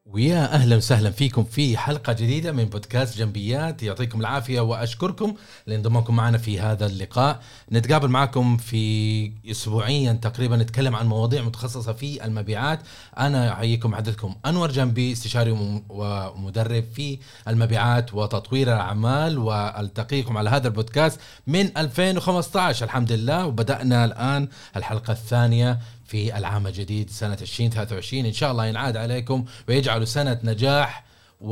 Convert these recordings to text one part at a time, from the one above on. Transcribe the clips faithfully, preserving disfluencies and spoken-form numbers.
ويا أهلا وسهلا فيكم في حلقة جديدة من بودكاست جنبيات. يعطيكم العافية وأشكركم لانضمامكم معنا في هذا اللقاء. نتقابل معكم في أسبوعيا تقريبا، نتكلم عن مواضيع متخصصة في المبيعات. أنا أحييكم عددكم أنور جنبي، استشاري ومدرب في المبيعات وتطوير الأعمال، والتقيكم على هذا البودكاست من ألفين وخمسة عشر الحمد لله، وبدأنا الآن الحلقة الثانية في العام الجديد سنة عشرين ثلاثة وعشرين. إن شاء الله ينعاد عليكم ويجعلوا سنة نجاح،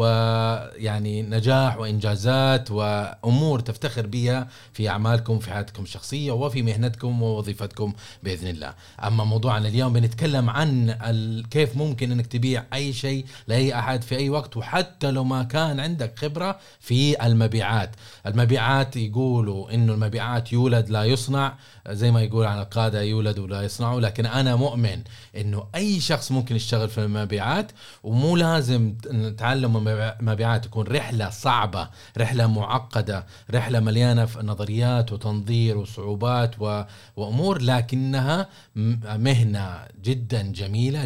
ويعني نجاح وإنجازات وأمور تفتخر بها في أعمالكم في حياتكم الشخصية وفي مهنتكم ووظيفتكم بإذن الله. أما موضوعنا اليوم بنتكلم عن كيف ممكن أنك تبيع أي شيء لأي أحد في أي وقت، وحتى لو ما كان عندك خبرة في المبيعات. المبيعات يقولوا إنه المبيعات يولد لا يصنع، زي ما يقول عن القادة يولد ولا يصنعوا، لكن أنا مؤمن إنه أي شخص ممكن يشتغل في المبيعات، ومو لازم نتعلم مبيعات تكون رحلة صعبة، رحلة معقدة، رحلة مليانة في نظريات وتنظير وصعوبات وأمور، لكنها مهنة جدا جميلة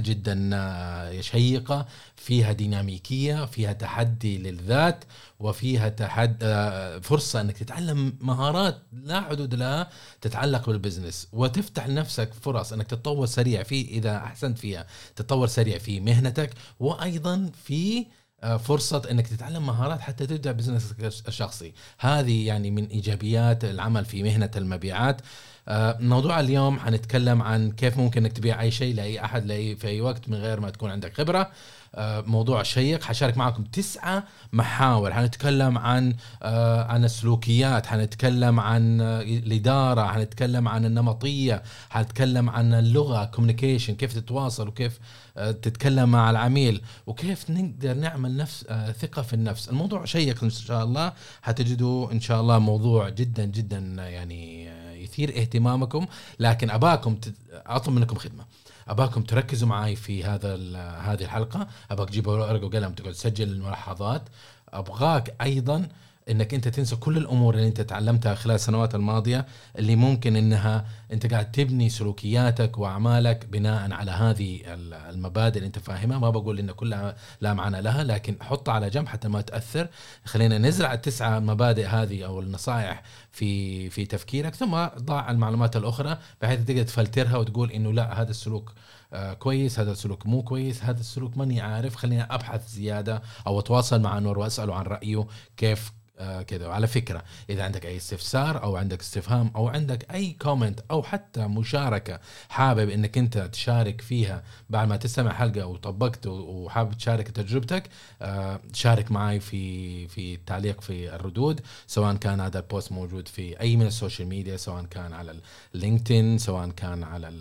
جدا شيقة، فيها ديناميكية، فيها تحدي للذات، وفيها تحد فرصة أنك تتعلم مهارات لا حدود لها تتعلق بالبزنس، وتفتح لنفسك فرص أنك تتطور سريع فيه إذا أحسنت فيها، تتطور سريع في مهنتك، وأيضا في فرصة أنك تتعلم مهارات حتى تبدأ بزنسك الشخصي. هذه يعني من إيجابيات العمل في مهنة المبيعات. موضوع اليوم حنتكلم عن كيف ممكن أنك تبيع أي شيء لأي أحد لأي في أي وقت من غير ما تكون عندك خبرة. موضوع شيق، حشارك معكم تسعة محاور. حنتكلم عن عن السلوكيات، حنتكلم عن الإدارة، حنتكلم عن النمطية، حنتكلم عن اللغة كوميونيكيشن، كيف تتواصل وكيف تتكلم مع العميل، وكيف نقدر نعمل نفس ثقة في النفس. الموضوع شيق إن شاء الله، حتجدوا إن شاء الله موضوع جدا جدا يعني يثير اهتمامكم. لكن أباكم أطلب منكم خدمة، أباكم تركزوا معي في هذا هذه الحلقة. أباك تجيب ورقة وقلم تقعد تسجل الملاحظات. أبغاك أيضا إنك أنت تنسى كل الأمور اللي أنت تعلمتها خلال السنوات الماضية، اللي ممكن إنها أنت قاعد تبني سلوكياتك وأعمالك بناء على هذه المبادئ اللي أنت فاهمها. ما بقول إن كلها لا معنى لها، لكن حطها على جنب حتى ما تأثر. خلينا نزرع التسعة مبادئ هذه أو النصائح في في تفكيرك، ثم ضع المعلومات الأخرى بحيث تقدر تفلترها وتقول إنه لا، هذا السلوك آه كويس، هذا السلوك مو كويس، هذا السلوك ماني عارف، خلينا أبحث زيادة أو أتواصل مع نور وأسأله عن رأيه كيف آه كده. وعلى فكرة، إذا عندك أي استفسار أو عندك استفهام أو عندك أي كومنت أو حتى مشاركة حابب إنك أنت تشارك فيها بعد ما تستمع حلقة وطبقت وحابب تشارك تجربتك، آه شارك معي في في التعليق في الردود، سواء كان هذا البوست موجود في أي من السوشيال ميديا، سواء كان على اللينكدين، سواء كان على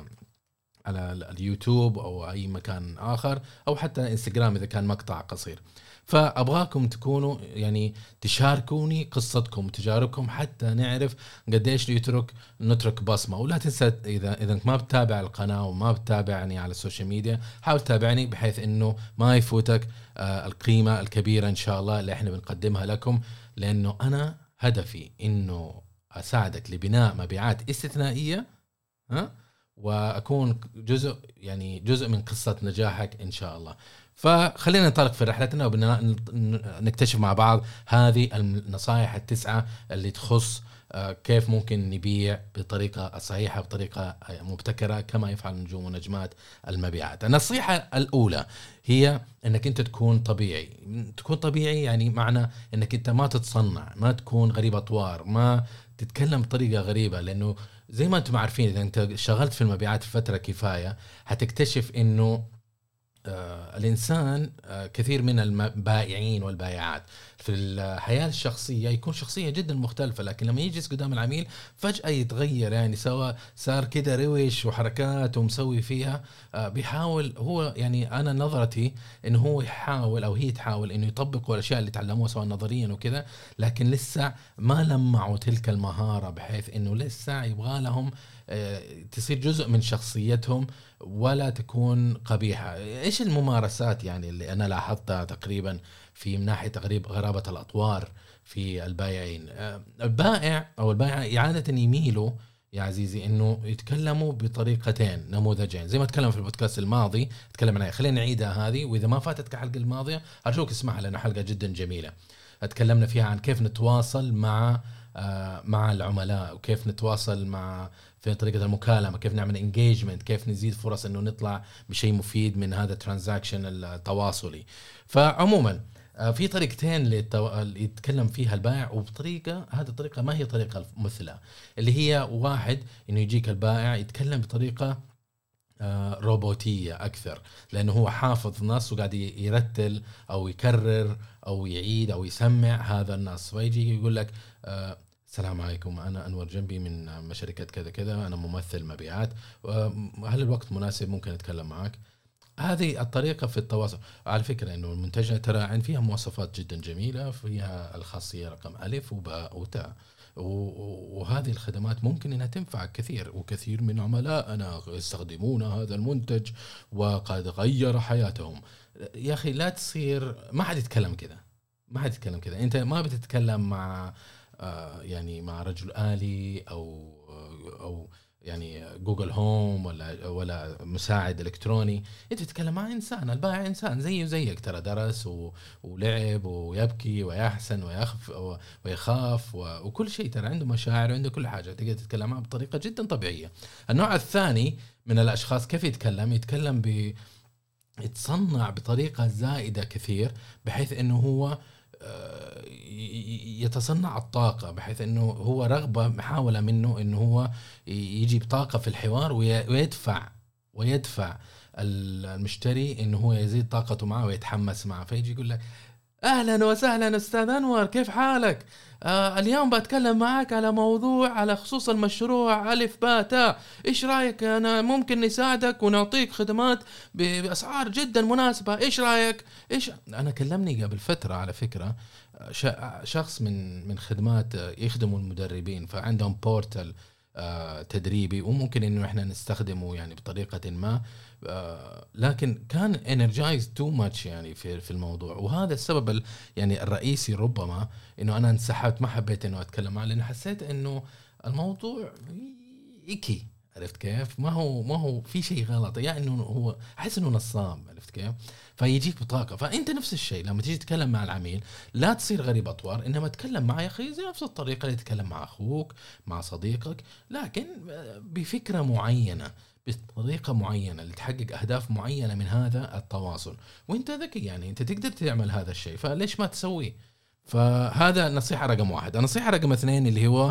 على اليوتيوب أو أي مكان آخر، أو حتى إنستغرام إذا كان مقطع قصير. فأبغاكم تكونوا يعني تشاركوني قصتكم وتجاربكم حتى نعرف قديش يترك نترك بصمة. ولا تنسى إذا إذا ما بتتابع القناة وما بتتابعني على السوشيال ميديا، حاول تتابعني بحيث إنه ما يفوتك آه القيمة الكبيرة إن شاء الله اللي إحنا بنقدمها لكم، لأنه أنا هدفي إنه أساعدك لبناء مبيعات استثنائية، ها، وأكون جزء يعني جزء من قصة نجاحك إن شاء الله. فخلينا ننطلق في رحلتنا ونكتشف مع بعض هذه النصائح التسعة اللي تخص كيف ممكن نبيع بطريقة صحيحة، بطريقة مبتكرة كما يفعل نجوم ونجمات المبيعات. النصيحة الأولى هي أنك أنت تكون طبيعي. تكون طبيعي يعني معنى أنك أنت ما تتصنع، ما تكون غريب أطوار، ما تتكلم بطريقة غريبة، لأنه زي ما أنتم عارفين إذا أنت شغلت في المبيعات فترة كفاية هتكتشف أنه آه الإنسان آه كثير من البائعين والبائعات في الحياة الشخصية يكون شخصية جدا مختلفة، لكن لما يجلس قدام العميل فجأة يتغير، يعني سواء صار كده روش وحركات ومسوي فيها. آه بيحاول هو، يعني أنا نظرتي إنه هو يحاول أو هي تحاول إنه يطبقوا الأشياء اللي تعلموها سواء نظريا وكذا، لكن لسه ما لمعوا تلك المهارة بحيث إنه لسه يبغى لهم تصير جزء من شخصيتهم ولا تكون قبيحة. إيش الممارسات يعني اللي أنا لاحظتها تقريبا في من ناحية تقريب غرابة الأطوار في البائعين؟ البائع أو البائع عادة يميلوا يا عزيزي انه يتكلموا بطريقتين نموذجين، زي ما تكلم في البودكاست الماضي تكلم عنها. خلينا نعيدها هذه، واذا ما فاتتك الحلقه الماضيه ارجوك اسمعها لانها حلقه جدا جميله. اتكلمنا فيها عن كيف نتواصل مع آه مع العملاء، وكيف نتواصل مع في طريقه المكالمه، كيف نعمل انجيجمنت، كيف نزيد فرص انه نطلع بشيء مفيد من هذا الترانزاكشن التواصلي. فعموما في طريقتين اللي يتكلم فيها البائع، وبطريقة هذه الطريقة ما هي طريقة مثلى، اللي هي واحد إنه يجيك البائع يتكلم بطريقة روبوتية أكثر، لأنه هو حافظ نص وقاعد يرتل أو يكرر أو يعيد أو يسمع هذا النص. فيجي يقول لك السلام عليكم، أنا أنور جنبي من شركة كذا كذا، أنا ممثل مبيعات، هل الوقت مناسب ممكن أتكلم معك؟ هذه الطريقة في التواصل. على فكرة إنه المنتجع ترى عن فيها مواصفات جدا جميلة، فيها الخاصية رقم ألف وباء وتاء، وهذه الخدمات ممكن إنها تنفع كثير، وكثير من عملائنا يستخدمون هذا المنتج وقد غير حياتهم. يا أخي لا تصير، ما حد يتكلم كذا، ما حد يتكلم كذا. أنت ما بتتكلم مع آه يعني مع رجل آلي أو أو يعني جوجل هوم ولا ولا مساعد إلكتروني. أنت تتكلم مع إنسان، البائع إنسان زيه زيك، ترى درس ولعب ويبكي ويحزن ويخف ويخاف وكل شيء، ترى عنده مشاعر وعنده كل حاجة، تقدر تتكلم معه بطريقة جدا طبيعية. النوع الثاني من الأشخاص كيف يتكلم؟ يتكلم ب يتصنع بطريقة زائدة كثير، بحيث إنه هو يتصنع الطاقة، بحيث انه هو رغبة محاولة منه انه هو يجيب طاقة في الحوار ويدفع ويدفع المشتري انه هو يزيد طاقته معه ويتحمس معه. فيجي يقول لك اهلا وسهلا استاذ انور، كيف حالك؟ آه اليوم بتكلم معك على موضوع على خصوص المشروع الف باء تاء، ايش رايك؟ انا ممكن نساعدك ونعطيك خدمات باسعار جدا مناسبه، ايش رايك؟ ايش انا كلمني قبل فتره على فكره شخص من من خدمات يخدموا المدربين، فعندهم بورتال آه تدريبي، وممكن انه احنا نستخدمه يعني بطريقه ما، آه لكن كان energized too much يعني في في الموضوع. وهذا السبب يعني الرئيسي ربما انه انا انسحبت، ما حبيت انه اتكلم معه، لان حسيت انه الموضوع إيكي، عرفت كيف؟ ما هو ما هو في شيء غلط، يعني انه هو احس انه نصاب، عرفت كيف؟ فيجيك بطاقه. فانت نفس الشيء لما تيجي تتكلم مع العميل لا تصير غريب اطوار، انما تتكلم معه يا اخي زي نفس الطريقه اللي تتكلم مع اخوك مع صديقك، لكن بفكره معينه، بطريقه معينه لتحقق اهداف معينه من هذا التواصل. وانت ذكي يعني، انت تقدر تعمل هذا الشيء، فليش ما تسويه؟ فهذا نصيحه رقم واحد. النصيحه رقم اثنين اللي هو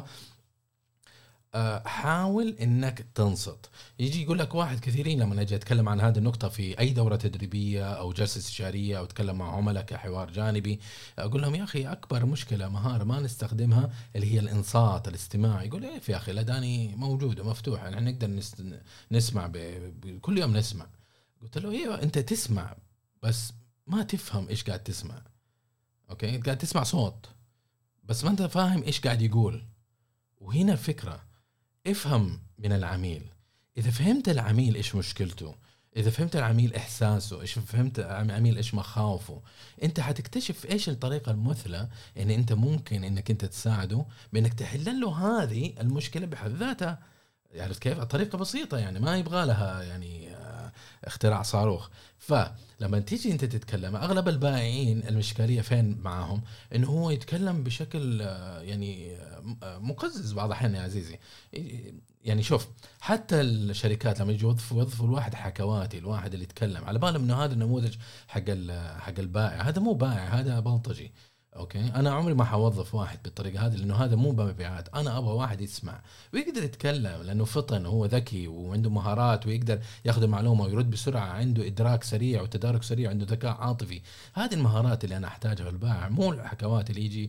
حاول انك تنصت. يجي يقول لك واحد، كثيرين لما اجي اتكلم عن هذه النقطه في اي دوره تدريبيه او جلسه استشاريه او اتكلم مع عملاء كحوار جانبي، اقول لهم يا اخي اكبر مشكله مهاره ما نستخدمها اللي هي الانصات، الاستماع. يقول ايه يا اخي الاداني موجوده مفتوحه، يعني نقدر نسمع كل يوم نسمع. قلت له ايوه انت تسمع بس ما تفهم ايش قاعد تسمع. اوكي قاعد تسمع صوت بس ما انت فاهم ايش قاعد يقول. وهنا الفكره، افهم من العميل. إذا فهمت العميل إيش مشكلته، إذا فهمت العميل إحساسه، إيش فهمت العميل إيش مخاوفه، أنت حتكتشف إيش الطريقة المثلى إن أنت ممكن إنك أنت تساعده بإنك تحل له هذه المشكلة بحد ذاتها. عرفت كيف؟ الطريقة بسيطة يعني، ما يبغى لها يعني اختراع صاروخ. فلما تيجي انت تتكلم، اغلب البائعين المشكليه فين معهم؟ انه هو يتكلم بشكل يعني مقزز بعض الاحيان يا عزيزي. يعني شوف، حتى الشركات لما يجوا يوظفوا يوظفوا الواحد حكواتي، الواحد اللي يتكلم على بالهم انه هذا النموذج حق حق البائع، هذا مو بائع، هذا بلطجي. اوكي انا عمري ما حوظف واحد بالطريقه هذه، لانه هذا مو بمبيعات. انا ابغى واحد يسمع ويقدر يتكلم، لانه فطن وهو ذكي وعنده مهارات ويقدر ياخذ المعلومه ويرد بسرعه، عنده ادراك سريع وتدارك سريع، عنده ذكاء عاطفي. هذه المهارات اللي انا احتاجها في البائع، مو الحكوات اللي يجي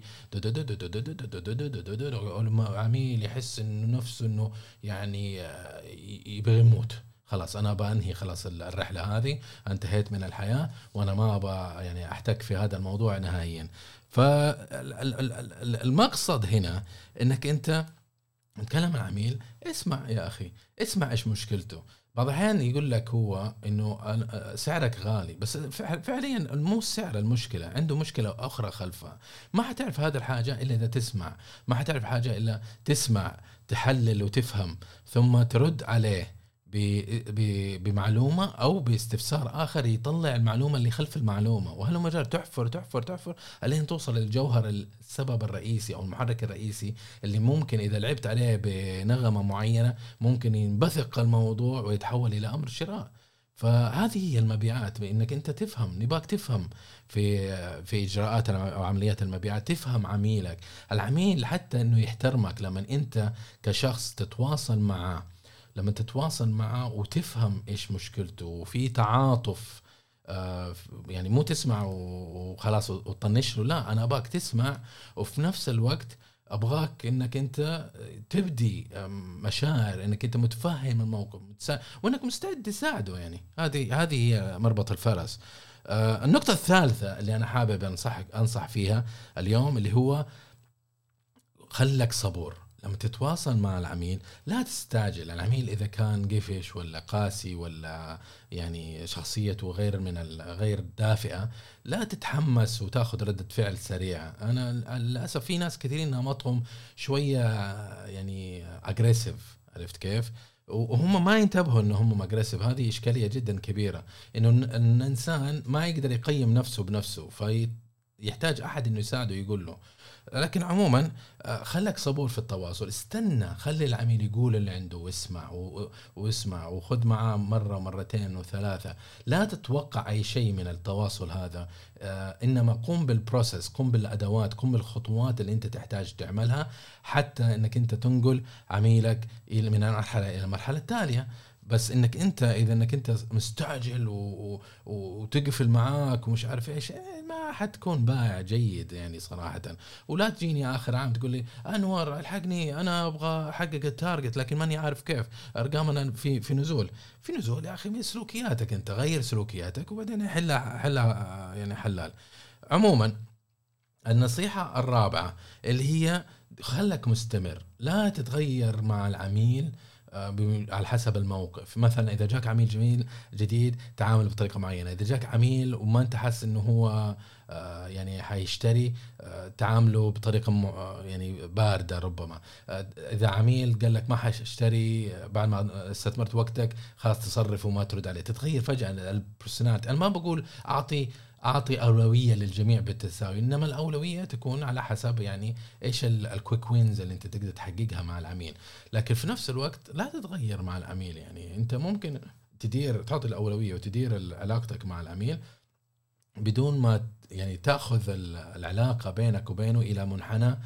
عميل يحس انه نفسه انه يعني يبغى يموت. خلاص انا بانهي خلاص الرحله هذه، انتهيت من الحياه وانا ما ابغى يعني احتك في هذا الموضوع نهائيا. فالمقصد هنا انك انت تكلم العميل، اسمع يا اخي، اسمع ايش مشكلته، بعض الأحيان يقول لك هو إنه أنا- سعرك غالي، بس فع- فعليا مو السعر المشكلة، عنده مشكلة أخرى خلفها. ما حتعرف هذا الحاجة إلا إذا تسمع، ما حتعرف حاجة إلا تسمع، تحلل وتفهم، ثم ترد عليه ب- ب- بمعلومة أو باستفسار آخر يطلع المعلومة اللي خلف المعلومة، وهلو مجال تحفر تحفر تحفر لين توصل للجوهر، السبب الرئيسي أو المحرك الرئيسي اللي ممكن إذا لعبت عليه بنغمة معينة ممكن ينبثق الموضوع ويتحول إلى أمر شراء. فهذه هي المبيعات، بأنك أنت تفهم، نباك تفهم في في إجراءات أو عمليات المبيعات، تفهم عميلك. العميل حتى أنه يحترمك لما أنت كشخص تتواصل معه، لما تتواصل معه وتفهم إيش مشكلته وفي تعاطف. آه، يعني مو تسمع وخلاص وتطنش له، لا، أنا أباك تسمع وفي نفس الوقت ابغاك انك انت تبدي مشاعر انك انت متفهم الموقف متسا... وانك مستعد تساعده. يعني هذه هذه هي مربط الفرس. آه، النقطة الثالثة اللي انا حابب انصحك انصح فيها اليوم اللي هو خلك صبور لما تتواصل مع العميل. لا تستعجل. العميل إذا كان قفش ولا قاسي ولا يعني شخصيته غير من غير دافئة، لا تتحمس وتاخذ ردة فعل سريعة. أنا للأسف في ناس كثيرين نمطهم شوية يعني أجريسيف، عرفت كيف؟ وهم ما ينتبهوا إنه هم أجريسيف. هذه إشكالية جدا كبيرة، إنه الإنسان ما يقدر يقيم نفسه بنفسه، فيحتاج أحد إنه يساعده يقول له. لكن عموما خلك صبور في التواصل، استنى، خلي العميل يقول اللي عنده واسمع واسمع وخذ معاه مرة مرتين وثلاثة. لا تتوقع أي شيء من التواصل هذا، إنما قم بالبروسيس، قم بالأدوات، قم بالخطوات اللي أنت تحتاج تعملها حتى أنك أنت تنقل عميلك من مرحلة إلى المرحلة التالية. بس انك انت اذا انك انت مستعجل و... وتقفل معاك ومش عارف ايش، ما حتكون بائع جيد يعني صراحة. ولا تجيني اخر عام تقول لي انور الحقني انا ابغى احقق التارجت لكن ماني عارف كيف، ارقامنا في في نزول في نزول يا اخي من سلوكياتك، انت غير سلوكياتك وبعدين حلها حلها يعني حلال. عموما النصيحة الرابعة اللي هي خلك مستمر، لا تتغير مع العميل على حسب الموقف. مثلا إذا جاك عميل جميل جديد تعامل بطريقة معينة، إذا جاك عميل وما أنت حاسس إنه هو يعني حيشتري تعامله بطريقة يعني باردة ربما. إذا عميل قال لك ما حاشتري بعد ما استثمرت وقتك خلاص تصرف وما ترد عليه، تتغير فجأة البرسوناليتي. أنا ما بقول أعطي أعطي أولوية للجميع بالتساوي، إنما الأولوية تكون على حسب يعني إيش الكويك وينز اللي أنت تقدر تحققها مع العميل. لكن في نفس الوقت لا تتغير مع العميل، يعني أنت ممكن تدير تعطي الأولوية وتدير علاقتك مع العميل بدون ما يعني تأخذ العلاقة بينك وبينه إلى منحنى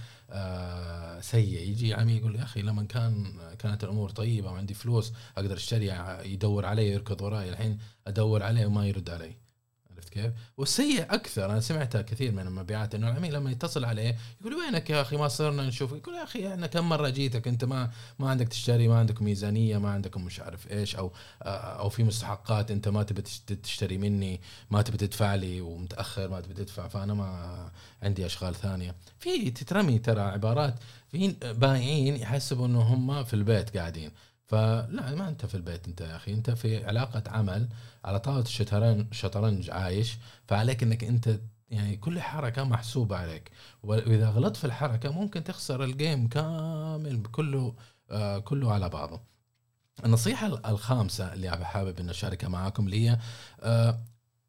آه سيء. يجي عميل يقول يا أخي لما كان كانت الأمور طيبة وعندي فلوس أقدر أشتري، يدور علي يركض وراي، الحين أدور عليه وما يرد علي. عرفت كيف؟ والسيء أكثر أنا سمعتها كثير من المبيعات إنه العميل لما يتصل عليه يقول وينك يا أخي ما صرنا نشوف، يقول يا أخي أنا كم مرة جيتك أنت ما ما عندك تشتري، ما عندك ميزانية، ما عندكم مش عارف إيش، أو أو في مستحقات أنت ما تبي تشتري مني، ما تبي تدفع لي ومتأخر ما تبي تدفع، فأنا ما عندي أشغال ثانية. في تترمي ترى عبارات، في بائعين يحسبوا إنه هم في البيت قاعدين، فلا ما أنت في البيت، أنت يا أخي أنت في علاقة عمل على طاولة الشطرنج شطرنج عايش، فعليك أنك أنت يعني كل حركة محسوبة عليك، وإذا غلطت في الحركة ممكن تخسر الجيم كامل كله آه كله على بعضه. النصيحة الخامسة اللي حابب أن أشاركها معكم اللي هي آه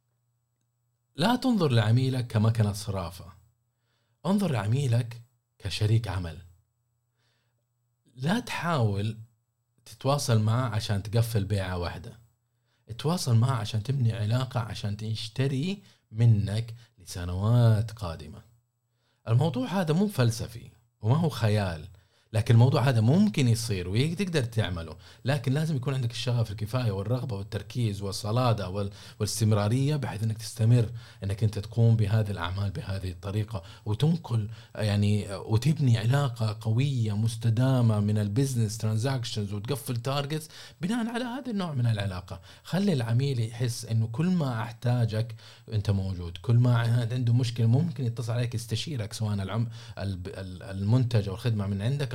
لا تنظر لعميلك كمكنة صرافة، انظر لعميلك كشريك عمل. لا تحاول تتواصل معه عشان تقفل بيعة واحدة، تواصل معه عشان تبني علاقة، عشان تشتري منك لسنوات قادمة. الموضوع هذا مو فلسفي وما هو خيال، لكن الموضوع هذا ممكن يصير وتقدر تعمله، لكن لازم يكون عندك الشغف الكفاية والرغبة والتركيز والصلادة والاستمرارية بحيث انك تستمر انك انت تقوم بهذه الاعمال بهذه الطريقة وتنقل يعني وتبني علاقة قوية مستدامة من البيزنس ترانزاكشنز وتقفل تارجتس بناء على هذا النوع من العلاقة. خلي العميل يحس انه كل ما احتاجك انت موجود، كل ما عنده مشكلة ممكن يتصل عليك يستشيرك، سواء العم المنتج او الخدمة من عندك او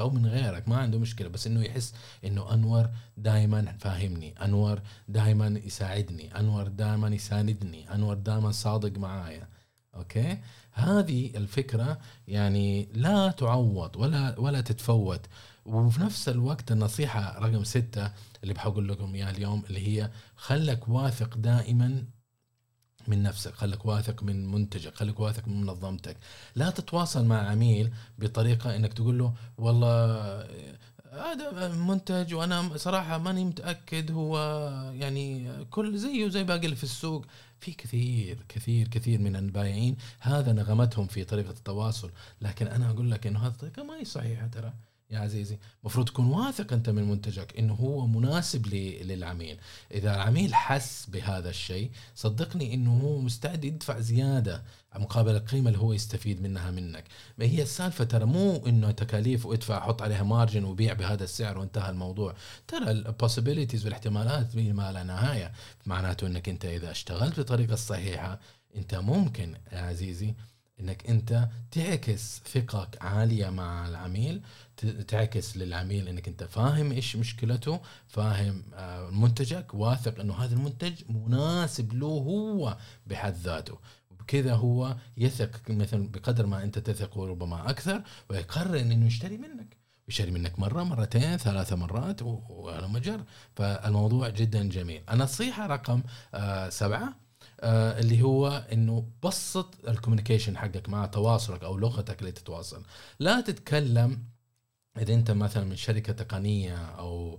او من غيرك ما عنده مشكله، بس انه يحس انه انور دائما فاهمني، انور دائما يساعدني، انور دائما يساندني، انور دائما صادق معايا. اوكي، هذه الفكره يعني لا تعوض ولا ولا تتفوت. وفي نفس الوقت النصيحه رقم ستة اللي بحقول لكم اياها اليوم اللي هي خلك واثق دائما من نفسك، خلك واثق من منتجك، خلك واثق من منظمتك. لا تتواصل مع عميل بطريقة انك تقول له والله هذا منتج وانا صراحة ماني متأكد هو يعني كل زيه زي باقي اللي في السوق. في كثير كثير كثير من البائعين هذا نغمتهم في طريقة التواصل، لكن انا اقول لك انه هذه الطريقة ما هي صحيحة. ترى يا عزيزي مفروض تكون واثق أنت من منتجك إنه هو مناسب للعميل. إذا العميل حس بهذا الشيء صدقني إنه هو مستعد يدفع زيادة مقابل القيمة اللي هو يستفيد منها منك. ما هي السالفة ترى مو إنه تكاليف وادفع حط عليها مارجن وبيع بهذا السعر وانتهى الموضوع. ترى البوسيبيليتيز والاحتمالات ما لا نهاية. معناته إنك أنت إذا اشتغلت بطريقة الصحيحة أنت ممكن يا عزيزي انك انت تعكس ثقة عالية مع العميل، تعكس للعميل انك انت فاهم ايش مشكلته، فاهم منتجك، واثق انه هذا المنتج مناسب له هو بحد ذاته. وبكذا هو يثق مثلا بقدر ما انت تثق وربما اكثر، ويقرر انه يشتري منك، يشتري منك مرة مرتين ثلاثة مرات وعلى مجر. فالموضوع جدا جميل. النصيحة رقم آه سبعة آه اللي هو انه بسط الكوميونيكيشن حقك مع تواصلك او لغتك اللي تتواصل. لا تتكلم اذا انت مثلا من شركة تقنية او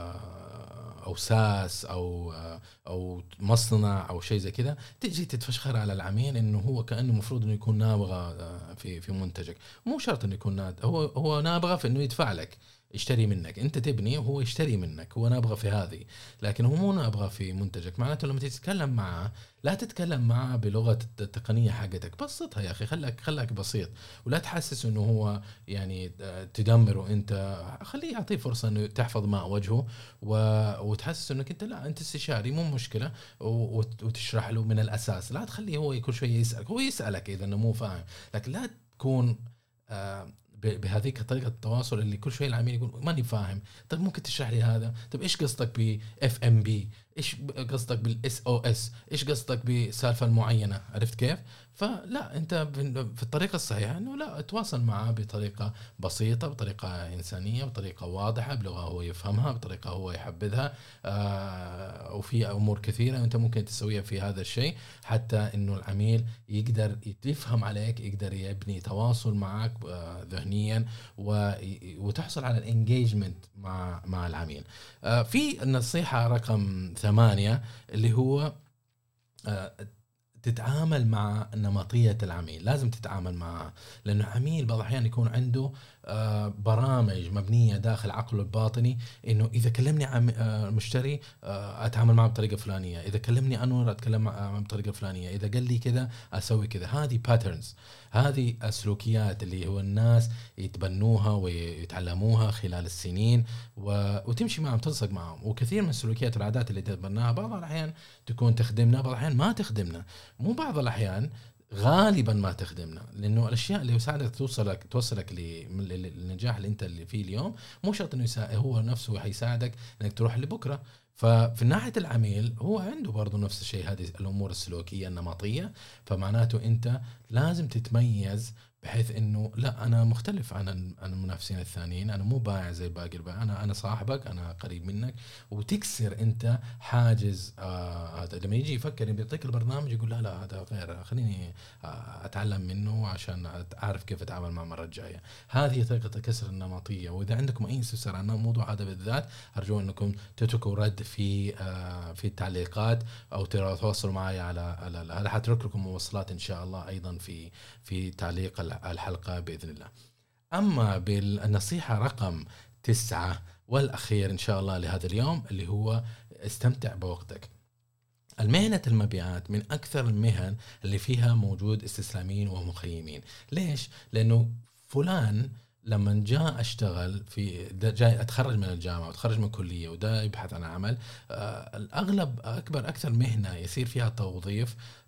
آه او ساس او آه او مصنع او شيء زي كذا، تجي تتفشخر على العميل انه هو كانه مفروض انه يكون نابغة آه في في منتجك. مو شرط انه يكون ناد، هو هو نابغة في انه يدفع لك، يشتري منك، انت تبني وهو يشتري منك، هو نابغى في هذه، لكن هو مو نابغى في منتجك. معناته لما تتكلم معه لا تتكلم معه بلغة التقنية حقتك، بسطها يا اخي، خلك خلك بسيط، ولا تحسس انه هو يعني تدمره انت. خليه يعطيه فرصة انه تحفظ ماء وجهه وتحسس انك انت لا انت استشاري مو مشكلة، وتشرح له من الاساس. لا تخليه هو كل شوية يسألك، هو يسألك اذا انه مو فاهم، لكن لا تكون آه بهذيك طريقة التواصل اللي كل شوي العميل يقول ماني فاهم. طيب ممكن تشرح لي هذا؟ طيب إيش قصدك ب إف إم بي؟ إيش قصدك بال إس أو إس؟ إيش قصدك بسالفة معينة؟ عرفت كيف؟ فلا أنت في الطريقة الصحيحة إنه لا تواصل معه بطريقة بسيطة، بطريقة إنسانية، بطريقة واضحة، بلغة هو يفهمها، بطريقة هو يحبذها. آه وفي أمور كثيرة أنت ممكن تسويها في هذا الشيء حتى إنه العميل يقدر يفهم عليك، يقدر يبني تواصل معك آه ذهنيا، وتحصل على الانجيجمنت مع مع العميل. آه في النصيحة رقم ثمانية اللي هو آه تتعامل مع نمطية العميل. لازم تتعامل معه، لأنه العميل بعض الأحيان يكون عنده آه برامج مبنية داخل عقله الباطني إنه إذا كلمني عن آه مشتري آه أتعامل معه بطريقة فلانية، إذا كلمني أنور أتكلم معه بطريقة فلانية، إذا قال لي كذا أسوي كذا. هذه باترنز، هذه السلوكيات اللي هو الناس يتبنوها ويتعلموها خلال السنين وتمشي معهم، تلصق معهم. وكثير من السلوكيات والعادات اللي تتبناها بعض الأحيان تكون تخدمنا، بعض الأحيان ما تخدمنا. مو بعض الأحيان، غالبا ما تخدمنا، لأنه الأشياء اللي يساعدك توصلك توصلك للنجاح اللي أنت اللي فيه اليوم مو شرط إنه هو نفسه حيساعدك إنك تروح لبكرة. ففي ناحية العميل هو عنده برضو نفس الشيء، هذه الأمور السلوكية النمطية. فمعناته أنت لازم تتميز بحيث انه لا انا مختلف عن عن المنافسين الثانيين، انا مو بايع زي باقي البائع، انا انا صاحبك، انا قريب منك. وتكسر انت حاجز هذا. آه لما يجي يفكر بيعطيك البرنامج يقول لا لا هذا غير، خليني آه اتعلم منه عشان اعرف كيف اتعامل مع المره الجايه. هذه طريقه كسر النمطيه. واذا عندكم اي استفسار عن الموضوع هذا بالذات ارجو انكم تتركوا رد في آه في التعليقات او تتواصلوا معي على على هذا. حترك لكم مواصلات ان شاء الله ايضا في في تعليق الحلقة بإذن الله. أما بالنصيحة رقم تسعة والأخير إن شاء الله لهذا اليوم اللي هو استمتع بوقتك. المهنة المبيعات من أكثر المهن اللي فيها موجود استسلامين ومخيمين. ليش؟ لأنه فلان لما جاء اشتغل في جاي اتخرج من الجامعه وتخرج من الكليه وده يبحث عن عمل، آه الاغلب اكبر اكثر مهنه يصير فيها توظيف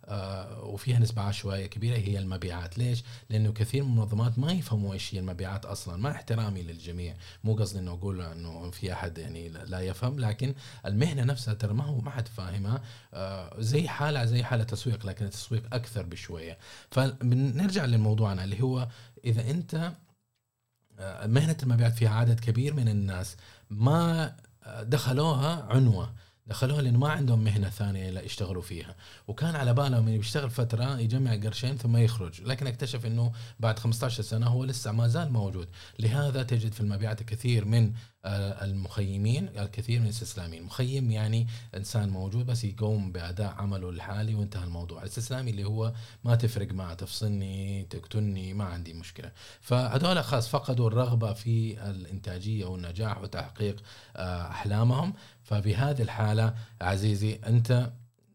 آه وفيها نسبة عشوائية كبيرة هي المبيعات. ليش؟ لأنه كثير من المنظمات ما يفهموا إيش هي المبيعات أصلا. مع احترامي للجميع، مو قصدي إنه أقول إنه في أحد يعني لا يفهم، لكن المهنة نفسها ترى ما هو ما حد فاهمها. آه زي حالة زي حالة تسويق، لكن التسويق أكثر بشوية. فنرجع للموضوعنا اللي هو إذا أنت آه مهنة المبيعات فيها عدد كبير من الناس ما دخلوها عنوة، دخلوها لأنه ما عندهم مهنة ثانية لا يشتغلوا فيها، وكان على بالهم إنه بيشتغل فترة يجمع قرشين ثم يخرج، لكن اكتشف إنه بعد خمسة عشر سنة هو لسه ما زال موجود. لهذا تجد في المبيعات الكثير من المخيمين، الكثير من الاستسلاميين. مخيم يعني إنسان موجود بس يقوم بأداء عمله الحالي وانتهى الموضوع. الاستسلامي اللي هو ما تفرق معه، تفصلني تقتلني ما عندي مشكلة. فهذول خاص فقدوا الرغبة في الإنتاجية والنجاح وتحقيق أحلامهم. فبهذه الحالة عزيزي أنت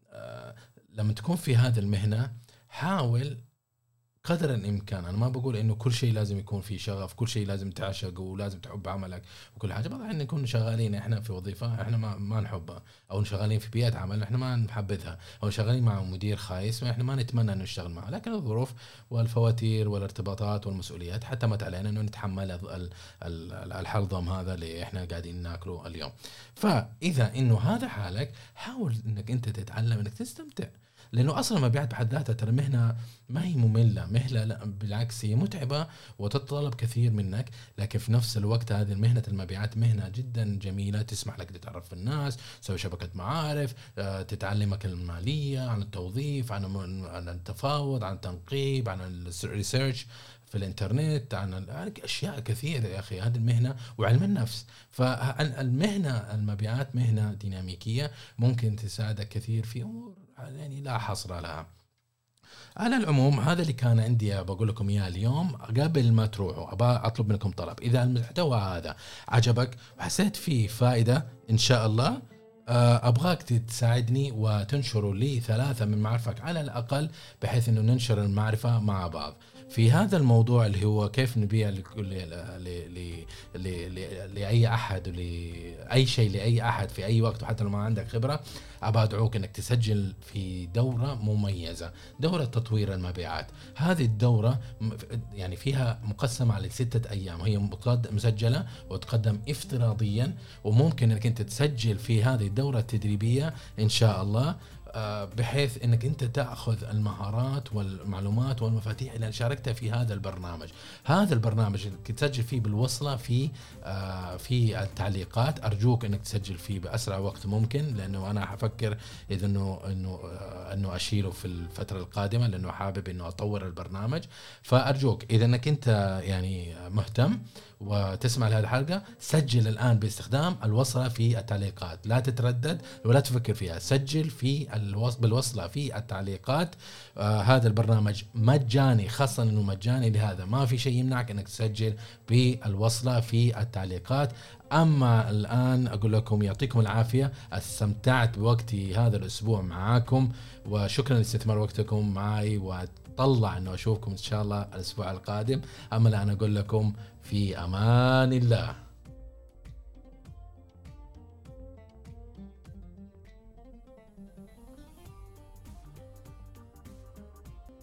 لما تكون في هذه المهنة حاول قدر الإمكان، أنا ما بقول إنه كل شيء لازم يكون فيه شغف، كل شيء لازم تعشق ولازم تحب عملك وكل حاجة. بضع إن نكون شغالين إحنا في وظيفة إحنا ما ما نحبها، أو شغالين في بيئة عمل إحنا ما نحبذها، أو شغالين مع مدير خايس وإحنا ما نتمنى إنه نشتغل معه، لكن الظروف والفواتير والارتباطات والمسؤوليات حتى ما علينا إنه نتحمل الحلضم هذا اللي إحنا قاعدين ناكله اليوم. فإذا إنه هذا حالك حاول إنك أنت تتعلم إنك تستمتع، لأنه أصلا مبيعات بحد ذاتها ترى مهنة ما هي مملة، مهلة لا بالعكس هي متعبة وتتطلب كثير منك، لكن في نفس الوقت هذه المهنة المبيعات مهنة جدا جميلة تسمح لك تتعرف في الناس، تسوي شبكة معارف، تتعلمك المالية عن التوظيف، عن التفاوض، عن التنقيب، عن الريسيرش في الانترنت، عن أشياء كثيرة يا أخي هذه المهنة، وعلم النفس. فالمهنة المبيعات مهنة ديناميكية ممكن تساعدك كثير في أمور يعني لا حصر لها. على العموم هذا اللي كان عندي بقول لكم إياه اليوم. قبل ما تروحوا أبغى أطلب منكم طلب، إذا المحتوى هذا عجبك وحسيت فيه فائدة إن شاء الله أبغاك تساعدني وتنشروا لي ثلاثة من معرفك على الأقل، بحيث أنه ننشر المعرفة مع بعض في هذا الموضوع اللي هو كيف نبيع لأي أحد ولأي شيء لأي أحد في أي وقت، وحتى لو ما عندك خبرة. أبغى أدعوك أنك تسجل في دورة مميزة، دورة تطوير المبيعات. هذه الدورة يعني فيها مقسمة على ستة أيام، هي مسجلة وتقدم افتراضيا، وممكن أنك أنت تسجل في هذه الدورة التدريبية إن شاء الله، بحيث انك انت تاخذ المهارات والمعلومات والمفاتيح اللي شاركتها في هذا البرنامج. هذا البرنامج تسجل فيه بالوصله في في التعليقات. ارجوك انك تسجل فيه باسرع وقت ممكن، لانه انا حفكر اذا انه انه انه اشيله في الفتره القادمه، لانه حابب انه اطور البرنامج. فارجوك اذا انك انت يعني مهتم وتسمع لهذه الحلقة، سجل الآن باستخدام الوصلة في التعليقات، لا تتردد ولا تفكر فيها، سجل في الوص... بالوصلة في التعليقات. آه هذا البرنامج مجاني، خاصة أنه مجاني، لهذا ما في شيء يمنعك أنك تسجل بالوصلة في التعليقات. أما الآن أقول لكم يعطيكم العافية، استمتعت بوقتي هذا الأسبوع معاكم، وشكرا لاستثمار وقتكم معي، وطلع أنه أشوفكم إن شاء الله الأسبوع القادم. أما الآن أقول لكم في أمان الله.